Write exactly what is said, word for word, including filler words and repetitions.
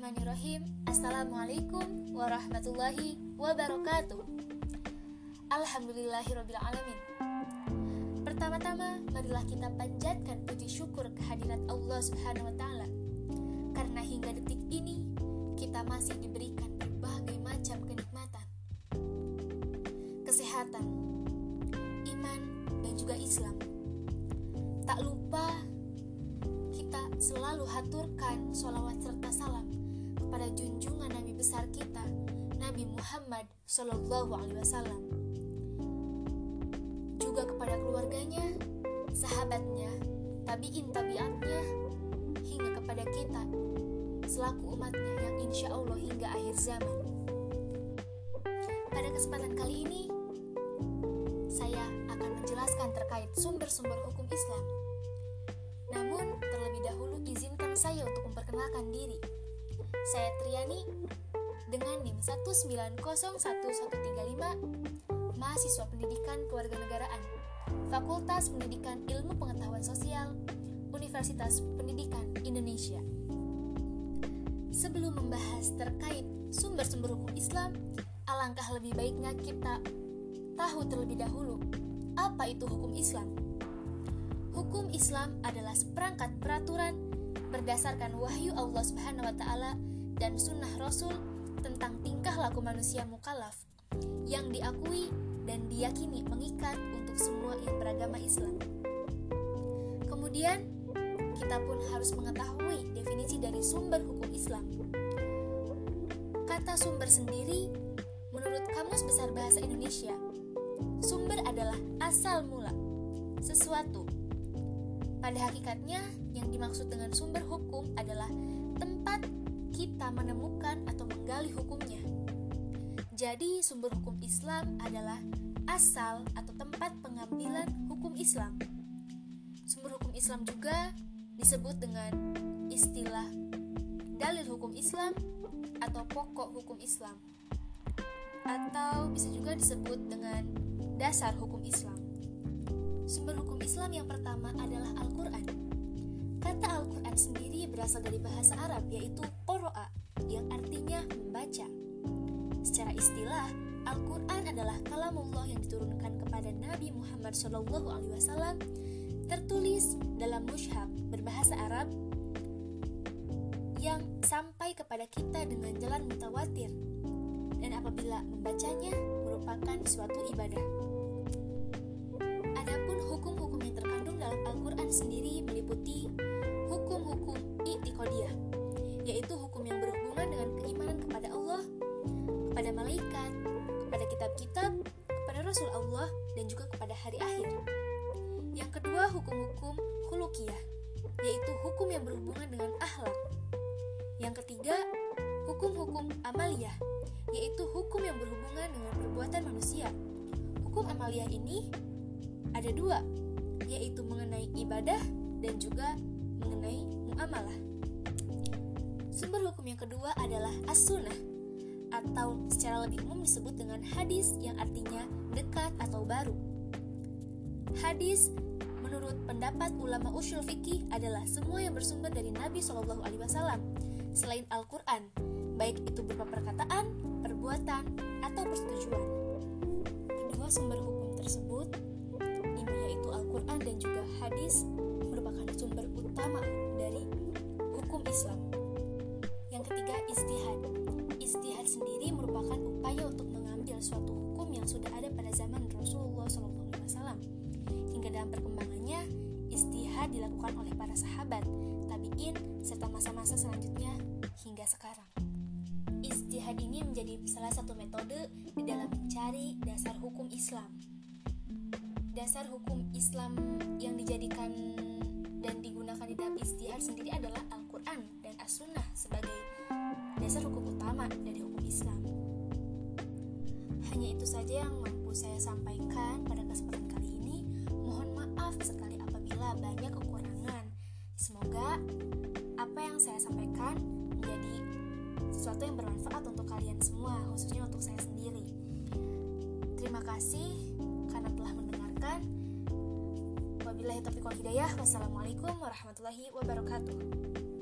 Bismillahirrahmanirrahim. Assalamualaikum warahmatullahi wabarakatuh. Alhamdulillahirabbil alamin. Pertama-tama, marilah kita panjatkan puji syukur kehadirat Allah Subhanahu wa taala. Karena hingga detik ini kita masih diberikan berbagai macam kenikmatan, kesehatan, iman, dan juga Islam. Tak lupa kita selalu haturkan sholawat serta salam kepada junjungan Nabi besar kita, Nabi Muhammad Sallallahu Alaihi Wasallam, juga kepada keluarganya, sahabatnya, tabiin tabiatnya, hingga kepada kita selaku umatnya yang insya Allah hingga akhir zaman. Pada kesempatan kali ini saya akan menjelaskan terkait sumber-sumber hukum Islam. Namun, terlebih dahulu izinkan saya untuk memperkenalkan diri. Saya Triani dengan NIM satu sembilan nol satu satu tiga lima, mahasiswa Pendidikan Kewarganegaraan, Fakultas Pendidikan Ilmu Pengetahuan Sosial, Universitas Pendidikan Indonesia. Sebelum membahas terkait sumber-sumber hukum Islam, alangkah lebih baiknya kita tahu terlebih dahulu apa itu hukum Islam. Hukum Islam adalah seperangkat peraturan berdasarkan wahyu Allah Subhanahu wa taala dan sunnah Rasul tentang tingkah laku manusia mukallaf yang diakui dan diyakini mengikat untuk semua yang beragama Islam. Kemudian, kita pun harus mengetahui definisi dari sumber hukum Islam. Kata sumber sendiri, menurut Kamus Besar Bahasa Indonesia, sumber adalah asal mula sesuatu. Pada hakikatnya, yang dimaksud dengan sumber hukum adalah tempat kita menemukan atau menggali hukumnya. Jadi, sumber hukum Islam adalah asal atau tempat pengambilan hukum Islam. Sumber hukum Islam juga disebut dengan istilah dalil hukum Islam atau pokok hukum Islam, atau bisa juga disebut dengan dasar hukum Islam. Sumber hukum Islam yang pertama adalah Al-Quran. Kata Al-Quran sendiri berasal dari bahasa Arab, yaitu qoro'a, yang artinya membaca. Secara istilah, Al-Quran adalah kalamullah yang diturunkan kepada Nabi Muhammad shallallahu alaihi wasallam, tertulis dalam mushaf berbahasa Arab yang sampai kepada kita dengan jalan mutawatir, dan apabila membacanya merupakan suatu ibadah. Adapun hukum-hukum yang terkandung dalam Al-Quran sendiri meliputi hukum-hukum i'tiqadiyah, yaitu hukum yang berhubungan dengan keimanan kepada Allah, kepada malaikat, kepada kitab-kitab, kepada Rasul Allah, dan juga kepada hari akhir. Yang kedua, hukum-hukum khuluqiyah, yaitu hukum yang berhubungan dengan akhlak. Yang ketiga, hukum-hukum amaliyah, yaitu hukum yang berhubungan dengan perbuatan manusia. Hukum amaliyah ini ada dua, yaitu mengenai ibadah dan juga mengenai muamalah. Sumber hukum yang kedua adalah as-sunnah, atau secara lebih umum disebut dengan hadis yang artinya dekat atau baru. Hadis menurut pendapat ulama ushul fikih adalah semua yang bersumber dari Nabi shallallahu alaihi wasallam selain Al-Quran, baik itu berupa perkataan, perbuatan, atau persetujuan. Kedua sumber hukum tersebut, yaitu Al-Quran dan juga hadis, merupakan sumber utama dari hukum Islam. Yang ketiga, ijtihad. Ijtihad sendiri merupakan upaya untuk mengambil suatu hukum yang sudah ada pada zaman Rasulullah shallallahu alaihi wasallam. Hingga dalam perkembangannya, ijtihad dilakukan oleh para sahabat, tabi'in, serta masa-masa selanjutnya hingga sekarang. Ijtihad ini menjadi salah satu metode di dalam mencari dasar hukum Islam. Dasar hukum Islam yang dijadikan dan digunakan di dalam ijtihad sendiri adalah Al-Quran dan As-Sunnah sebagai dasar hukum utama dari hukum Islam. Hanya itu saja yang mampu saya sampaikan pada kesempatan kali ini. Mohon maaf sekali apabila banyak kekurangan. Semoga apa yang saya sampaikan menjadi sesuatu yang bermanfaat untuk kalian semua, khususnya untuk saya sendiri. Terima kasih karena telah mendengarkan. Wabillahi taufiq wal hidayah. Wassalamualaikum warahmatullahi wabarakatuh.